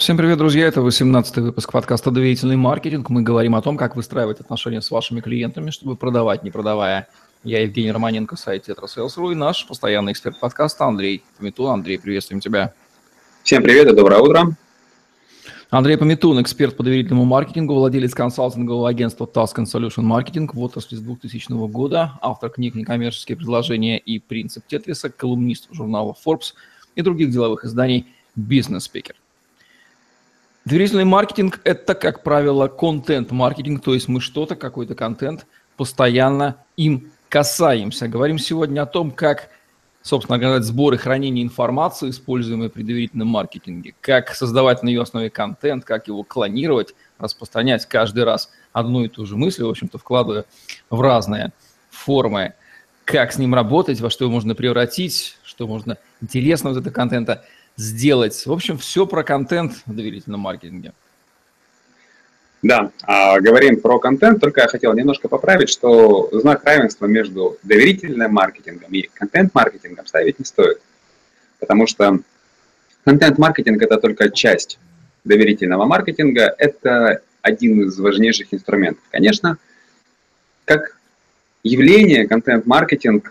Всем привет, друзья! Это 18-й выпуск подкаста «Доверительный маркетинг». Мы говорим о том, как выстраивать отношения с вашими клиентами, чтобы продавать, не продавая. Я Евгений Романенко, сайт Tetrasales.ru и наш постоянный эксперт подкаста Андрей Пометун. Андрей, приветствуем тебя. Всем привет и доброе утро. Андрей Пометун, эксперт по доверительному маркетингу, владелец консалтингового агентства Task & Solution Marketing в отрасли с 2000 года, автор книг «Некоммерческие предложения» и «Принцип Тетриса», колумнист журнала Forbes и других деловых изданий, бизнес-спикер. Доверительный маркетинг – это, как правило, контент-маркетинг, то есть мы что-то, какой-то контент, постоянно им касаемся. Говорим сегодня о том, как, собственно говоря, сбор и хранение информации, используемой при доверительном маркетинге, как создавать на ее основе контент, как его клонировать, распространять каждый раз одну и ту же мысль, в общем-то, вкладывая в разные формы, как с ним работать, во что его можно превратить, что можно интересного из этого контента сделать. В общем, все про контент в доверительном маркетинге. Да, говорим про контент, только я хотел немножко поправить, что знак равенства между доверительным маркетингом и контент-маркетингом ставить не стоит. Потому что контент-маркетинг – это только часть доверительного маркетинга, это один из важнейших инструментов. Конечно, как явление контент-маркетинг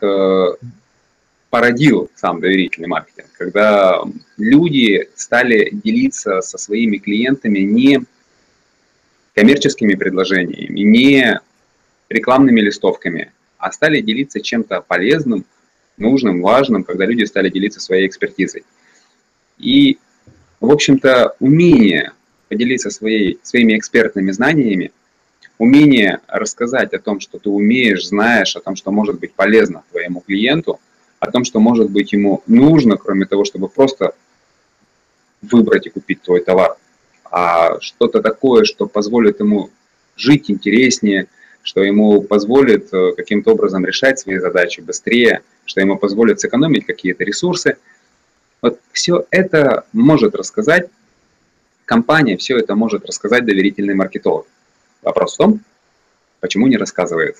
породил сам доверительный маркетинг, когда люди стали делиться со своими клиентами не коммерческими предложениями, не рекламными листовками, а стали делиться чем-то полезным, нужным, важным, когда люди стали делиться своей экспертизой. И, в общем-то, умение поделиться своими экспертными знаниями, умение рассказать о том, что ты умеешь, знаешь, о том, что может быть полезно твоему клиенту, о том, что может быть ему нужно, кроме того, чтобы просто выбрать и купить твой товар, а что-то такое, что позволит ему жить интереснее, что ему позволит каким-то образом решать свои задачи быстрее, что ему позволит сэкономить какие-то ресурсы. Вот все это может рассказать компания, все это может рассказать доверительный маркетолог. Вопрос в том, почему не рассказывает.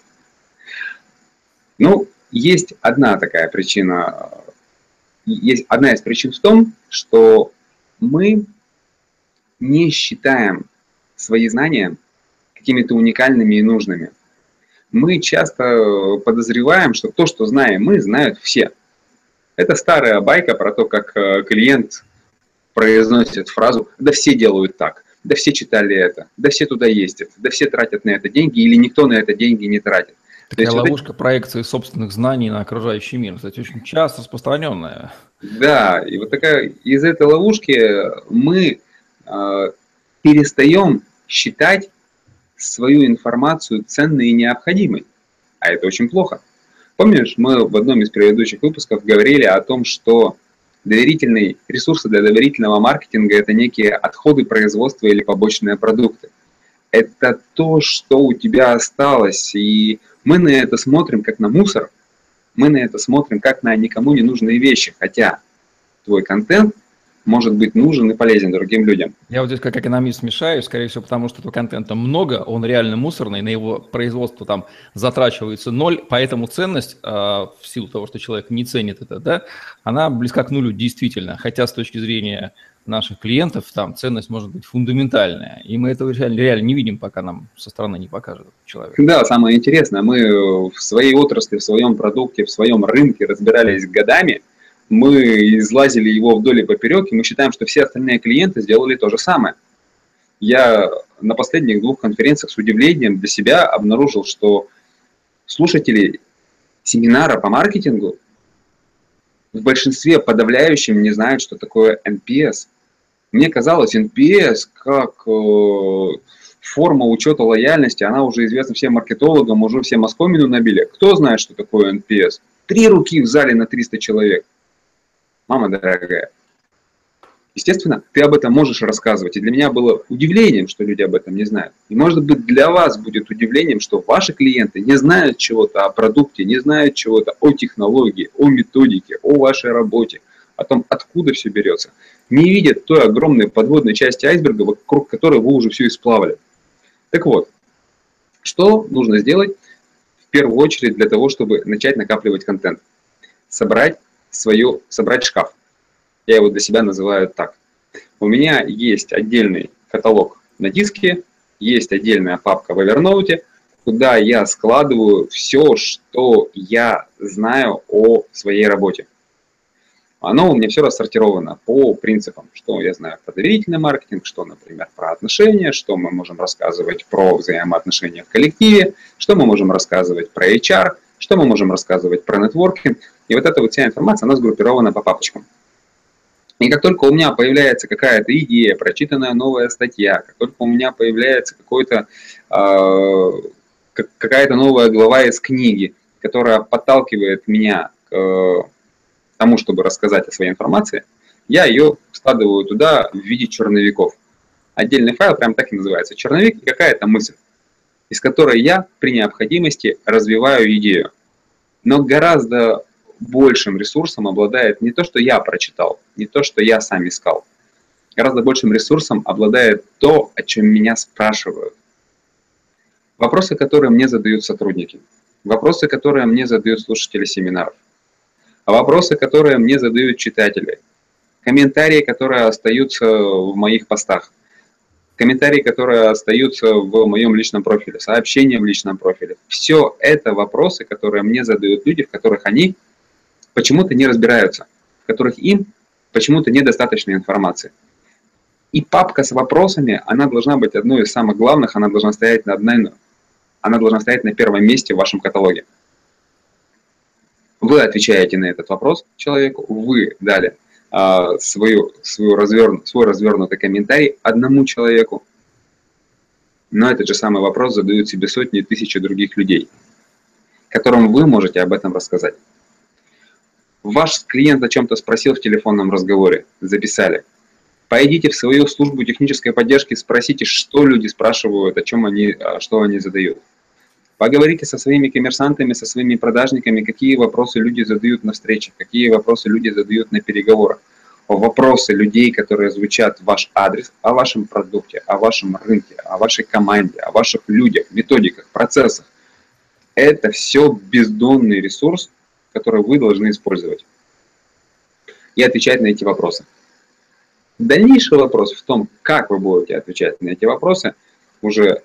Есть одна такая причина, есть одна из причин в том, что мы не считаем свои знания какими-то уникальными и нужными. Мы часто подозреваем, что то, что знаем мы, знают все. Это старая байка про то, как клиент произносит фразу «да все делают так», «да все читали это», «да все туда ездят», «да все тратят на это деньги» или «никто на это деньги не тратит». Такая ловушка проекции собственных знаний на окружающий мир, кстати, очень часто распространенная. Да, и вот такая из этой ловушки мы перестаем считать свою информацию ценной и необходимой, а это очень плохо. Помнишь, мы в одном из предыдущих выпусков говорили о том, что доверительные ресурсы для доверительного маркетинга – это некие отходы производства или побочные продукты. Это то, что у тебя осталось, и мы на это смотрим как на мусор, мы на это смотрим как на никому не нужные вещи, хотя твой контент может быть нужен и полезен другим людям. Я вот здесь как экономист смешаю, скорее всего, потому что этого контента много, он реально мусорный, на его производство там затрачивается ноль, поэтому ценность, в силу того, что человек не ценит это, да, она близка к нулю действительно, хотя с точки зрения наших клиентов там ценность может быть фундаментальная, и мы этого реально не видим, пока нам со стороны не покажет человек. Да, самое интересное, мы в своей отрасли, в своем продукте, в своем рынке разбирались годами, мы излазили его вдоль и поперек, и мы считаем, что все остальные клиенты сделали то же самое. Я на последних 2 конференциях с удивлением для себя обнаружил, что слушатели семинара по маркетингу в большинстве подавляющем не знают, что такое NPS. Мне казалось, NPS как форма учета лояльности, она уже известна всем маркетологам, уже все московину набили. Кто знает, что такое NPS? 3 руки в зале на 300 человек. Мама дорогая. Естественно, ты об этом можешь рассказывать. И для меня было удивлением, что люди об этом не знают. И может быть для вас будет удивлением, что ваши клиенты не знают чего-то о продукте, не знают чего-то о технологии, о методике, о вашей работе, о том, откуда все берется. Не видят той огромной подводной части айсберга, вокруг которой вы уже все исплавали. Так вот, что нужно сделать в первую очередь для того, чтобы начать накапливать контент? Собрать шкаф. Я его для себя называю так. У меня есть отдельный каталог на диске, есть отдельная папка в Evernote, куда я складываю все, что я знаю о своей работе. Оно у меня все рассортировано по принципам, что я знаю про доверительный маркетинг, что, например, про отношения, что мы можем рассказывать про взаимоотношения в коллективе, что мы можем рассказывать про HR, что мы можем рассказывать про нетворкинг. И вот эта вот вся информация, она сгруппирована по папочкам. И как только у меня появляется какая-то идея, прочитанная новая статья, как только у меня появляется какая-то новая глава из книги, которая подталкивает меня к тому, чтобы рассказать о своей информации, я ее складываю туда в виде черновиков. Отдельный файл прям так и называется. Черновик и какая-то мысль, из которой я при необходимости развиваю идею. Но гораздо большим ресурсом обладает не то, что я прочитал, не то, что я сам искал. Гораздо большим ресурсом обладает то, о чем меня спрашивают. Вопросы, которые мне задают сотрудники. Вопросы, которые мне задают слушатели семинаров. Вопросы, которые мне задают читатели. Комментарии, которые остаются в моих постах. Комментарии, которые остаются в моем личном профиле. Сообщения в личном профиле. Все это вопросы, которые мне задают люди, в которых они почему-то не разбираются, в которых им почему-то недостаточно информации. И папка с вопросами, она должна быть одной из самых главных, она должна стоять на первом месте в вашем каталоге. Вы отвечаете на этот вопрос человеку, вы дали свой развернутый комментарий одному человеку, но этот же самый вопрос задают себе сотни и тысячи других людей, которым вы можете об этом рассказать. Ваш клиент о чем-то спросил в телефонном разговоре, записали. Пойдите в свою службу технической поддержки, спросите, что люди спрашивают, что они задают. Поговорите со своими коммерсантами, со своими продажниками, какие вопросы люди задают на встречах, какие вопросы люди задают на переговорах. Вопросы людей, которые звучат в ваш адрес, о вашем продукте, о вашем рынке, о вашей команде, о ваших людях, методиках, процессах. Это все бездонный ресурс, который вы должны использовать и отвечать на эти вопросы. Дальнейший вопрос в том, как вы будете отвечать на эти вопросы, уже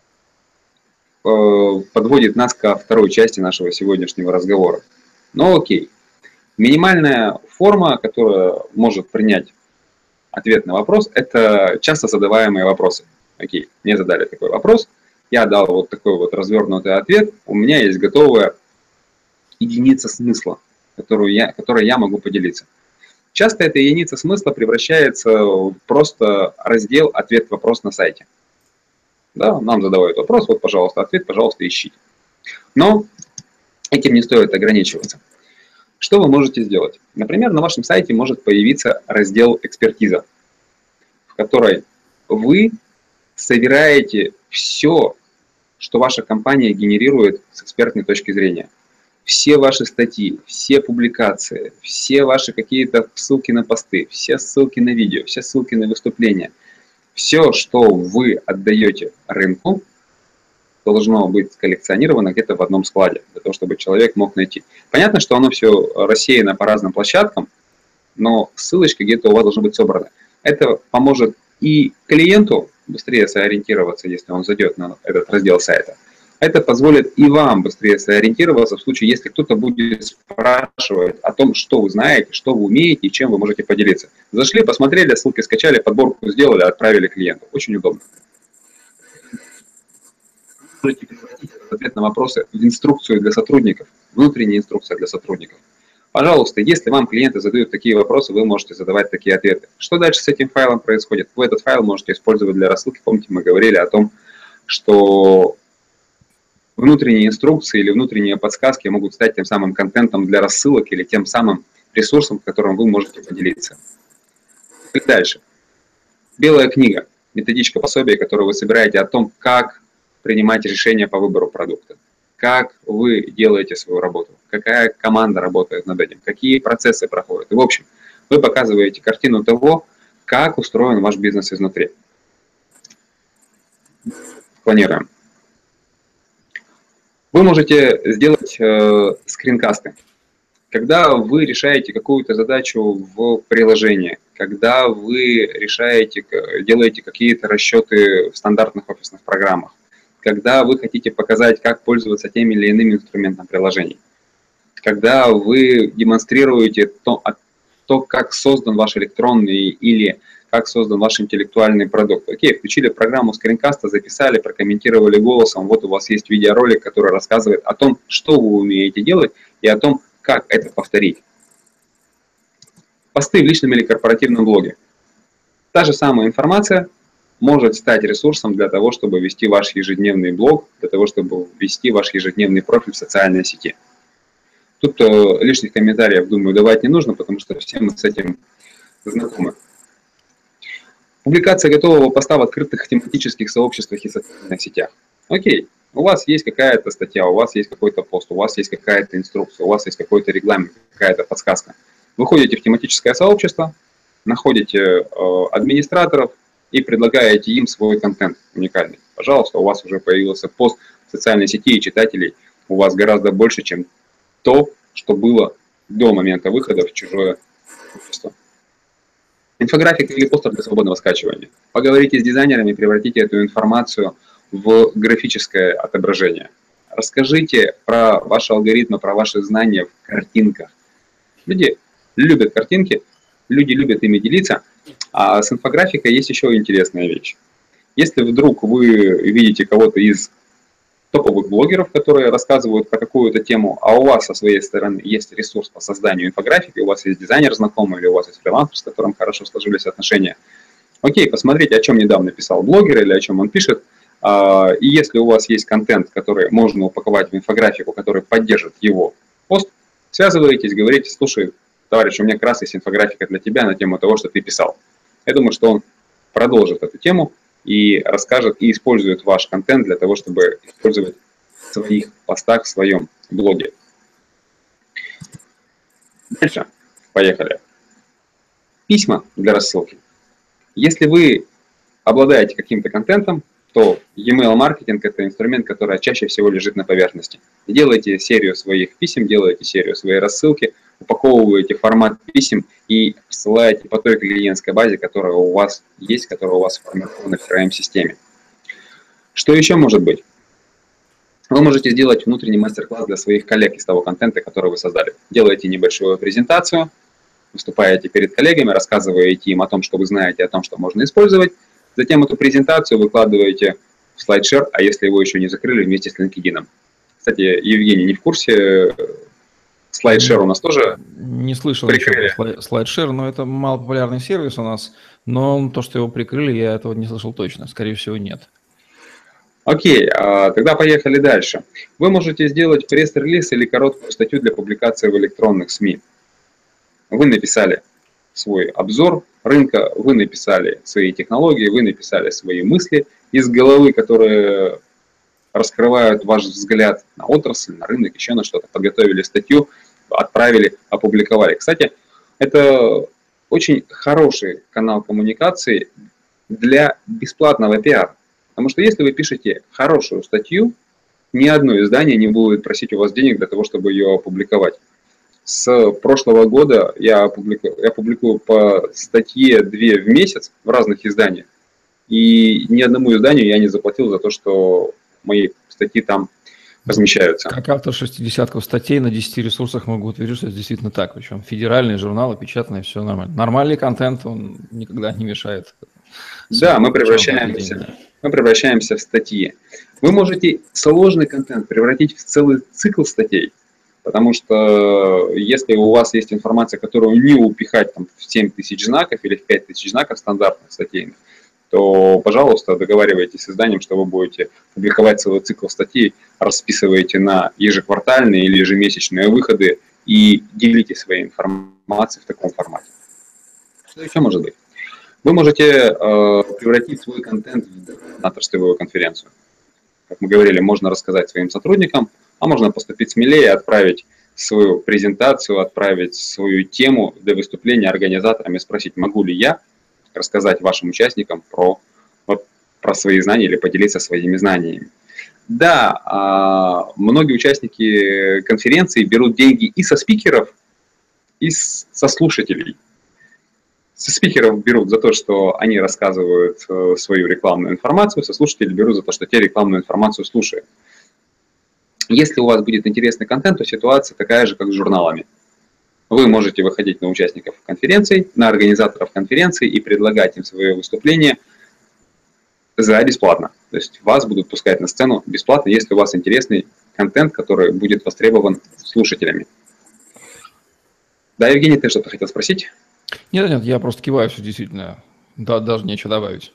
подводит нас ко второй части нашего сегодняшнего разговора. Но окей. Минимальная форма, которая может принять ответ на вопрос, это часто задаваемые вопросы. Окей, мне задали такой вопрос, я дал вот такой вот развернутый ответ, у меня есть готовая единица смысла, которой я могу поделиться. Часто эта единица смысла превращается в просто раздел «Ответ-вопрос» на сайте. Да, нам задавают вопрос, вот, пожалуйста, ответ, пожалуйста, ищите. Но этим не стоит ограничиваться. Что вы можете сделать? Например, на вашем сайте может появиться раздел «Экспертиза», в которой вы собираете все, что ваша компания генерирует с экспертной точки зрения. Все ваши статьи, все публикации, все ваши какие-то ссылки на посты, все ссылки на видео, все ссылки на выступления. Все, что вы отдаете рынку, должно быть сколлекционировано где-то в одном складе, для того, чтобы человек мог найти. Понятно, что оно все рассеяно по разным площадкам, но ссылочки где-то у вас должны быть собраны. Это поможет и клиенту быстрее сориентироваться, если он зайдет на этот раздел сайта. Это позволит и вам быстрее сориентироваться в случае, если кто-то будет спрашивать о том, что вы знаете, что вы умеете и чем вы можете поделиться. Зашли, посмотрели, ссылки скачали, подборку сделали, отправили клиенту. Очень удобно. Можете превратить ответ на вопросы в инструкцию для сотрудников, внутренняя инструкция для сотрудников. Пожалуйста, если вам клиенты задают такие вопросы, вы можете задавать такие ответы. Что дальше с этим файлом происходит? Вы этот файл можете использовать для рассылки. Помните, мы говорили о том, что внутренние инструкции или внутренние подсказки могут стать тем самым контентом для рассылок или тем самым ресурсом, которым вы можете поделиться. И дальше. Белая книга, методичка, пособие, которое вы собираете о том, как принимать решения по выбору продукта, как вы делаете свою работу, какая команда работает над этим, какие процессы проходят. И, в общем, вы показываете картину того, как устроен ваш бизнес изнутри. Планируем. Вы можете сделать скринкасты. Когда вы решаете какую-то задачу в приложении, когда вы делаете какие-то расчеты в стандартных офисных программах, когда вы хотите показать, как пользоваться тем или иным инструментом приложений, когда вы демонстрируете то, как создан ваш электронный или как создан ваш интеллектуальный продукт. Окей, включили программу скринкаста, записали, прокомментировали голосом, вот у вас есть видеоролик, который рассказывает о том, что вы умеете делать и о том, как это повторить. Посты в личном или корпоративном блоге. Та же самая информация может стать ресурсом для того, чтобы вести ваш ежедневный блог, для того, чтобы вести ваш ежедневный профиль в социальной сети. Тут лишних комментариев, думаю, давать не нужно, потому что все мы с этим знакомы. Публикация готового поста в открытых тематических сообществах и социальных сетях. Окей, у вас есть какая-то статья, у вас есть какой-то пост, у вас есть какая-то инструкция, у вас есть какой-то регламент, какая-то подсказка. Вы ходите в тематическое сообщество, находите администраторов и предлагаете им свой контент уникальный. Пожалуйста, у вас уже появился пост в социальной сети, и читателей у вас гораздо больше, чем то, что было до момента выхода в чужое общество. Инфографика или постер для свободного скачивания. Поговорите с дизайнерами, превратите эту информацию в графическое отображение. Расскажите про ваши алгоритмы, про ваши знания в картинках. Люди любят картинки, люди любят ими делиться, а с инфографикой есть еще интересная вещь. Если вдруг вы видите кого-то из топовых блогеров, которые рассказывают про какую-то тему, а у вас со своей стороны есть ресурс по созданию инфографики, у вас есть дизайнер знакомый или у вас есть фрилансер, с которым хорошо сложились отношения. Окей, посмотрите, о чем недавно писал блогер или о чем он пишет. И если у вас есть контент, который можно упаковать в инфографику, который поддержит его пост, связываетесь, говорите: слушай, товарищ, у меня как раз есть инфографика для тебя на тему того, что ты писал. Я думаю, что он продолжит эту тему и расскажет, и использует ваш контент для того, чтобы использовать в своих постах, в своем блоге. Дальше. Поехали. Письма для рассылки. Если вы обладаете каким-то контентом, то e-mail-маркетинг – это инструмент, который чаще всего лежит на поверхности. Делайте серию своих писем, делайте серию своей рассылки, упаковываете формат писем и ссылаете по той клиентской базе, которая у вас есть, которая у вас сформирована в CRM-системе. Что еще может быть? Вы можете сделать внутренний мастер-класс для своих коллег из того контента, который вы создали. Делаете небольшую презентацию, выступаете перед коллегами, рассказываете им о том, что вы знаете, о том, что можно использовать. Затем эту презентацию выкладываете в SlideShare, а если его еще не закрыли, вместе с LinkedIn. Кстати, Евгений не в курсе, SlideShare у нас тоже не слышал прикрыли. SlideShare, но это малопопулярный сервис у нас, но то, что его прикрыли, я этого не слышал точно, скорее всего, нет. Окей, тогда поехали дальше. Вы можете сделать пресс-релиз или короткую статью для публикации в электронных СМИ. Вы написали свой обзор рынка, вы написали свои технологии, вы написали свои мысли из головы, которые раскрывают ваш взгляд на отрасль, на рынок, еще на что-то. Подготовили статью, отправили, опубликовали. Кстати, это очень хороший канал коммуникации для бесплатного пиара. Потому что если вы пишете хорошую статью, ни одно издание не будет просить у вас денег для того, чтобы ее опубликовать. С прошлого года я публикую по статье 2 в месяц в разных изданиях. И ни одному изданию я не заплатил за то, что мои статьи там размещаются. Как автор 60 статей на 10 ресурсах могу утвердить, что это действительно так. Причем федеральные журналы, печатные, все нормально. Нормальный контент, он никогда не мешает. Да, мы превращаемся в статьи. Вы можете сложный контент превратить в целый цикл статей. Потому что если у вас есть информация, которую не упихать там, в 7000 знаков или в 5000 знаков стандартных статейных, то, пожалуйста, договаривайтесь с изданием, что вы будете публиковать целый цикл статей, расписываете на ежеквартальные или ежемесячные выходы и делитесь своей информацией в таком формате. Что еще может быть? Вы можете превратить свой контент в отраслевую конференцию. Как мы говорили, можно рассказать своим сотрудникам, а можно поступить смелее, отправить свою презентацию, отправить свою тему для выступления организаторам и спросить, могу ли я рассказать вашим участникам про свои знания или поделиться своими знаниями. Да, многие участники конференции берут деньги и со спикеров, со слушателей. Со спикеров берут за то, что они рассказывают свою рекламную информацию, со слушателей берут за то, что те рекламную информацию слушают. Если у вас будет интересный контент, то ситуация такая же, как с журналами. Вы можете выходить на участников конференций, на организаторов конференций и предлагать им свое выступление за бесплатно. То есть вас будут пускать на сцену бесплатно, если у вас интересный контент, который будет востребован слушателями. Да, Евгений, ты что-то хотел спросить? Нет, я просто киваю, что действительно, да, даже нечего добавить.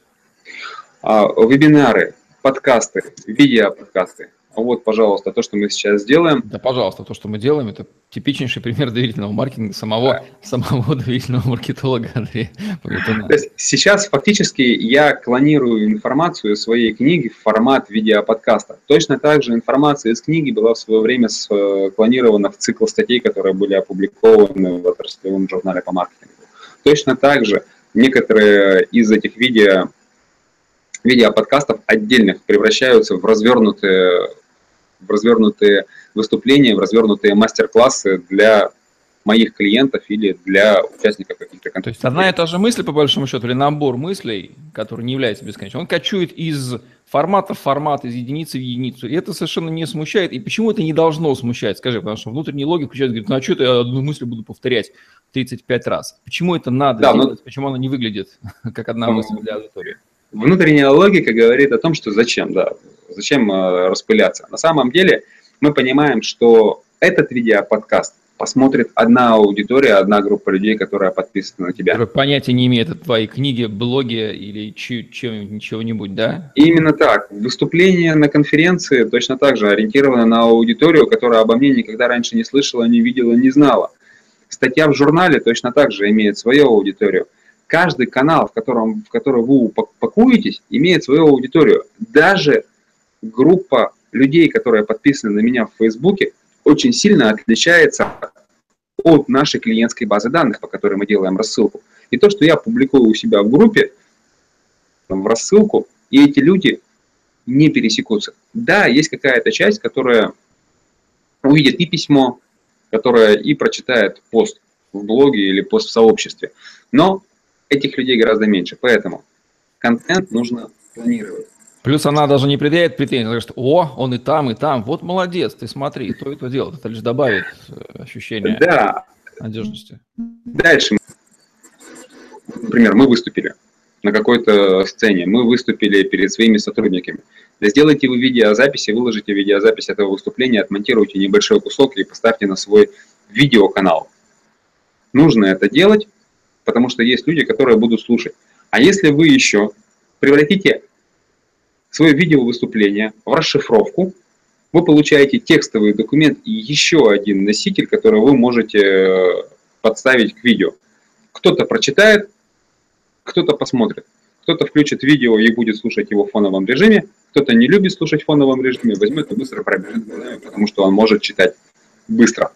Вебинары, подкасты, видеоподкасты. Вот, пожалуйста, то, что мы сейчас делаем. Да, пожалуйста, то, что мы делаем, это типичнейший пример доверительного маркетинга самого доверительного маркетолога Андрея Пометуна. То есть сейчас фактически я клонирую информацию из своей книги в формат видеоподкаста. Точно так же информация из книги была в свое время склонирована в цикл статей, которые были опубликованы в отраслевом журнале по маркетингу. Точно так же некоторые из этих видеоподкастов отдельных превращаются в развернутые выступления, в развернутые мастер-классы для моих клиентов или для участников каких-то контентов. То есть одна и та же мысль, по большому счету, или набор мыслей, который не является бесконечным, он кочует из формата в формат, из единицы в единицу. И это совершенно не смущает. И почему это не должно смущать? Скажи, потому что внутренняя логика включает, говорит, ну а что я одну мысль буду повторять 35 раз? Почему это надо делать? Почему она не выглядит как одна мысль для аудитории? Внутренняя логика говорит о том, что зачем распыляться. На самом деле мы понимаем, что этот видеоподкаст посмотрит одна аудитория, одна группа людей, которая подписана на тебя. Которые понятия не имеют о твоей книге, блоге или чего-нибудь, да? Именно так. Выступление на конференции точно так же ориентировано на аудиторию, которая обо мне никогда раньше не слышала, не видела, не знала. Статья в журнале точно так же имеет свою аудиторию. Каждый канал, в который вы упакуетесь, имеет свою аудиторию. Даже группа людей, которые подписаны на меня в Фейсбуке, очень сильно отличается от нашей клиентской базы данных, по которой мы делаем рассылку. И то, что я публикую у себя в группе, в рассылку, и эти люди не пересекутся. Да, есть какая-то часть, которая увидит и письмо, которая и прочитает пост в блоге или пост в сообществе. Но этих людей гораздо меньше, поэтому контент нужно планировать. Плюс она даже не предъявит претензий, она говорит, он и там, вот молодец, ты смотри, то и то делает. Это лишь добавит ощущение надежности. Дальше, например, мы выступили на какой-то сцене, мы выступили перед своими сотрудниками. Сделайте вы видеозаписи, выложите видеозапись этого выступления, отмонтируйте небольшой кусок и поставьте на свой видеоканал. Нужно это делать, потому что есть люди, которые будут слушать. А если вы еще превратите свое видеовыступление в расшифровку, вы получаете текстовый документ и еще один носитель, который вы можете подставить к видео. Кто-то прочитает, кто-то посмотрит. Кто-то включит видео и будет слушать его в фоновом режиме, кто-то не любит слушать в фоновом режиме, возьмет и быстро пробежит глазами, потому что он может читать быстро.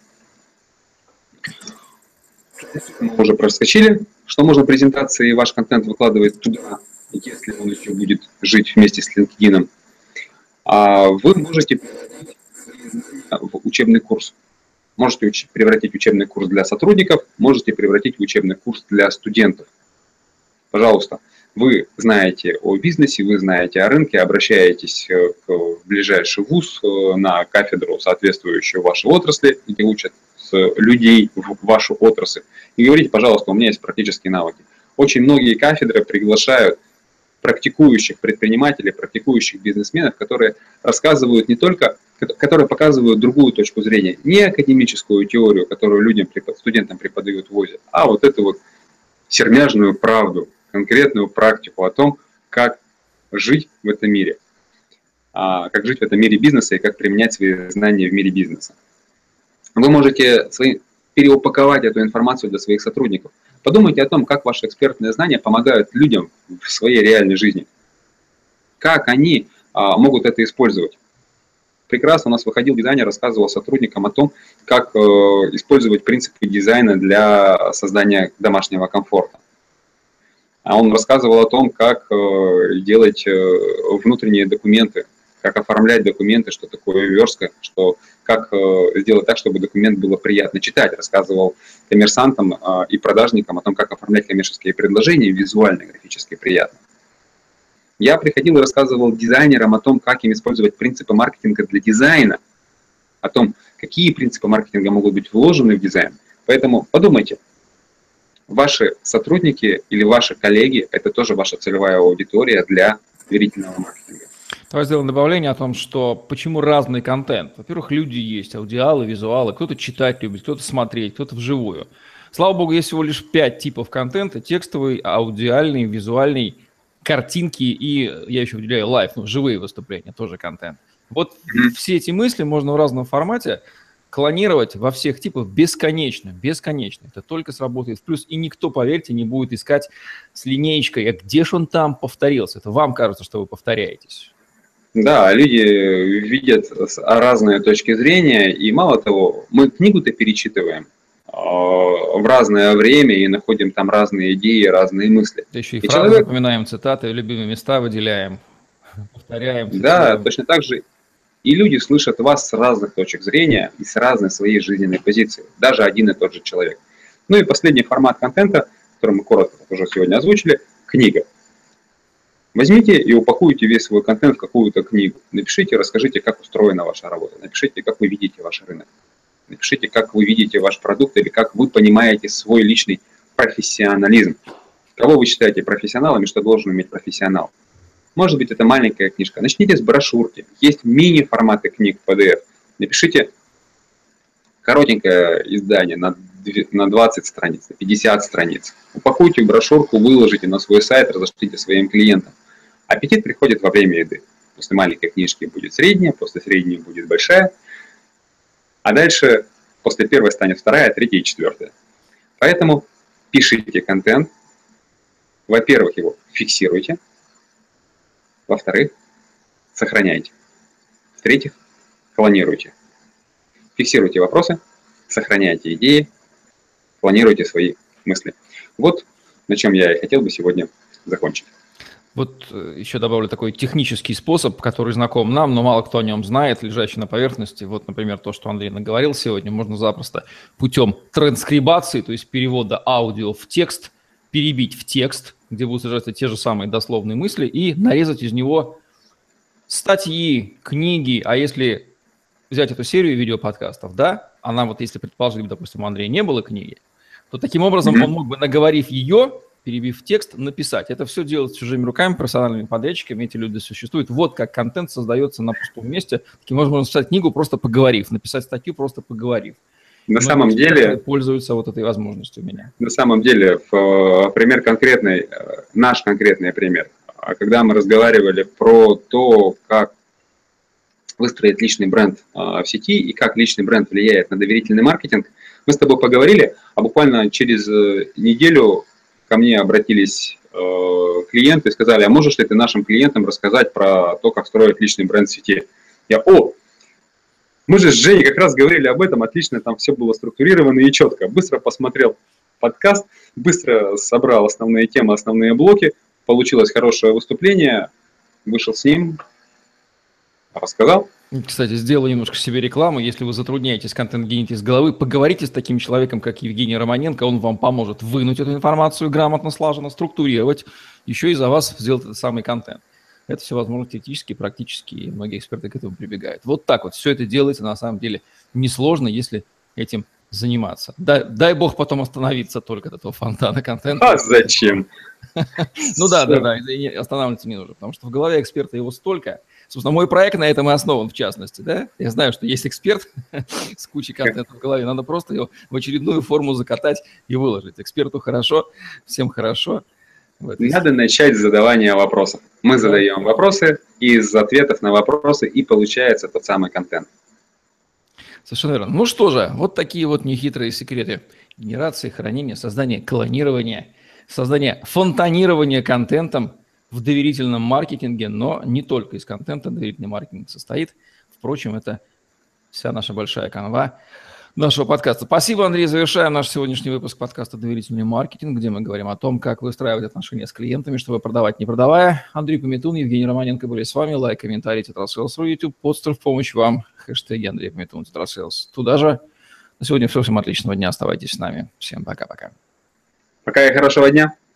Мы уже проскочили, что можно презентации и ваш контент выкладывать туда, если он еще будет жить вместе с LinkedIn. Вы можете превратить в учебный курс. Можете превратить в учебный курс для сотрудников, можете превратить в учебный курс для студентов. Пожалуйста, вы знаете о бизнесе, вы знаете о рынке, обращаетесь в ближайший вуз на кафедру, соответствующую вашей отрасли, где учат людей в вашу отрасль, и говорите, пожалуйста, у меня есть практические навыки. Очень многие кафедры приглашают практикующих предпринимателей, практикующих бизнесменов, которые рассказывают не только, которые показывают другую точку зрения, не академическую теорию, которую студентам преподают в ВУЗе, а вот эту вот сермяжную правду, конкретную практику о том, как жить в этом мире, как жить в этом мире бизнеса и как применять свои знания в мире бизнеса. Вы можете переупаковать эту информацию для своих сотрудников. Подумайте о том, как ваши экспертные знания помогают людям в своей реальной жизни. Как они могут это использовать. Прекрасно у нас выходил дизайнер, рассказывал сотрудникам о том, как использовать принципы дизайна для создания домашнего комфорта. А он рассказывал о том, как делать внутренние документы как оформлять документы, что такое верстка, как сделать так, чтобы документ было приятно читать. Рассказывал коммерсантам и продажникам о том, как оформлять коммерческие предложения визуально, графически приятно. Я приходил и рассказывал дизайнерам о том, как им использовать принципы маркетинга для дизайна, о том, какие принципы маркетинга могут быть вложены в дизайн. Поэтому подумайте, ваши сотрудники или ваши коллеги – это тоже ваша целевая аудитория для доверительного маркетинга. Давай сделаем добавление о том, что почему разный контент. Во-первых, люди есть, аудиалы, визуалы, кто-то читать любит, кто-то смотреть, кто-то вживую. Слава богу, есть всего лишь 5 типов контента: текстовый, аудиальный, визуальный, картинки и, я еще выделяю, лайв, живые выступления, тоже контент. Вот все эти мысли можно в разном формате клонировать во всех типах бесконечно, бесконечно. Это только сработает в плюс, и никто, поверьте, не будет искать с линеечкой, а где ж он там повторился. Это вам кажется, что вы повторяетесь. Да, люди видят разные точки зрения, и мало того, мы книгу-то перечитываем в разное время и находим там разные идеи, разные мысли. Да еще и фразы запоминаем, цитаты, любимые места выделяем, повторяем. Да, точно так же и люди слышат вас с разных точек зрения и с разной своей жизненной позиции, даже один и тот же человек. Ну и последний формат контента, который мы коротко уже сегодня озвучили, книга. Возьмите и упакуйте весь свой контент в какую-то книгу. Напишите, расскажите, как устроена ваша работа. Напишите, как вы видите ваш рынок. Напишите, как вы видите ваш продукт или как вы понимаете свой личный профессионализм. Кого вы считаете профессионалом и что должен иметь профессионал. Может быть, это маленькая книжка. Начните с брошюрки. Есть мини-форматы книг PDF. Напишите коротенькое издание на 20 страниц, на 50 страниц. Упакуйте брошюрку, выложите на свой сайт, разошлите своим клиентам. Аппетит приходит во время еды. После маленькой книжки будет средняя, после средней будет большая. А дальше после первой станет вторая, третья и четвертая. Поэтому пишите контент. Во-первых, его фиксируйте. Во-вторых, сохраняйте. В-третьих, клонируйте. Фиксируйте вопросы, сохраняйте идеи, планируйте свои мысли. Вот на чем я и хотел бы сегодня закончить. Вот еще добавлю такой технический способ, который знаком нам, но мало кто о нем знает, лежащий на поверхности. Вот, например, то, что Андрей наговорил сегодня, можно запросто путем транскрибации, то есть перевода аудио в текст, перебить в текст, где будут содержаться те же самые дословные мысли, и нарезать из него статьи, книги. А если взять эту серию видеоподкастов, да, она вот, если предположить, допустим, у Андрея не было книги, то таким образом он мог бы, наговорив ее, перебив текст, написать. Это все делать чужими руками, профессиональными подрядчиками, эти люди существуют. Вот как контент создается на пустом месте. Таким образом, можно написать книгу, просто поговорив, написать статью, просто поговорив. На самом деле пользуются вот этой возможностью у меня. На самом деле, пример конкретный, наш конкретный пример. Когда мы разговаривали про то, как выстроить личный бренд в сети и как личный бренд влияет на доверительный маркетинг, мы с тобой поговорили, а буквально через неделю ко мне обратились клиенты и сказали: а можешь ли ты нашим клиентам рассказать про то, как строить личный бренд в сети? Мы же с Женей как раз говорили об этом, отлично, там все было структурировано и четко. Быстро посмотрел подкаст, быстро собрал основные темы, основные блоки, получилось хорошее выступление, вышел с ним, рассказал. Кстати, сделаю немножко себе рекламу. Если вы затрудняетесь контент-генить из головы, поговорите с таким человеком, как Евгений Романенко, он вам поможет вынуть эту информацию грамотно, слаженно, структурировать, еще и за вас сделать этот самый контент. Это все возможно теоретически, практически, и многие эксперты к этому прибегают. Вот так вот все это делается на самом деле несложно, если этим заниматься. Дай бог потом остановиться только от этого фонтана контента. А зачем? Ну да, останавливаться не нужно, потому что в голове эксперта его столько. Собственно, мой проект на этом и основан, в частности, да? Я знаю, что есть эксперт с кучей контента в голове, надо просто его в очередную форму закатать и выложить. Эксперту хорошо, всем хорошо. Надо начать с задавания вопросов. Мы задаем вопросы, и из ответов на вопросы и получается тот самый контент. Совершенно верно. Ну что же, вот такие вот нехитрые секреты генерации, хранения, создания, клонирования, создания фонтанирования контентом в доверительном маркетинге, но не только из контента доверительный маркетинг состоит. Впрочем, это вся наша большая канва. нашего подкаста. Спасибо, Андрей. Завершаем наш сегодняшний выпуск подкаста «Доверительный маркетинг», где мы говорим о том, как выстраивать отношения с клиентами, чтобы продавать, не продавая. Андрей Пометун, Евгений Романенко были с вами. Лайк, комментарий, Тетрасейлс.ру, YouTube, подстер в помощь вам. Хэштеги Андрей Пометун, Тетрасейлс. Туда же. На сегодня все. Всем отличного дня. Оставайтесь с нами. Всем пока-пока. Пока и хорошего дня.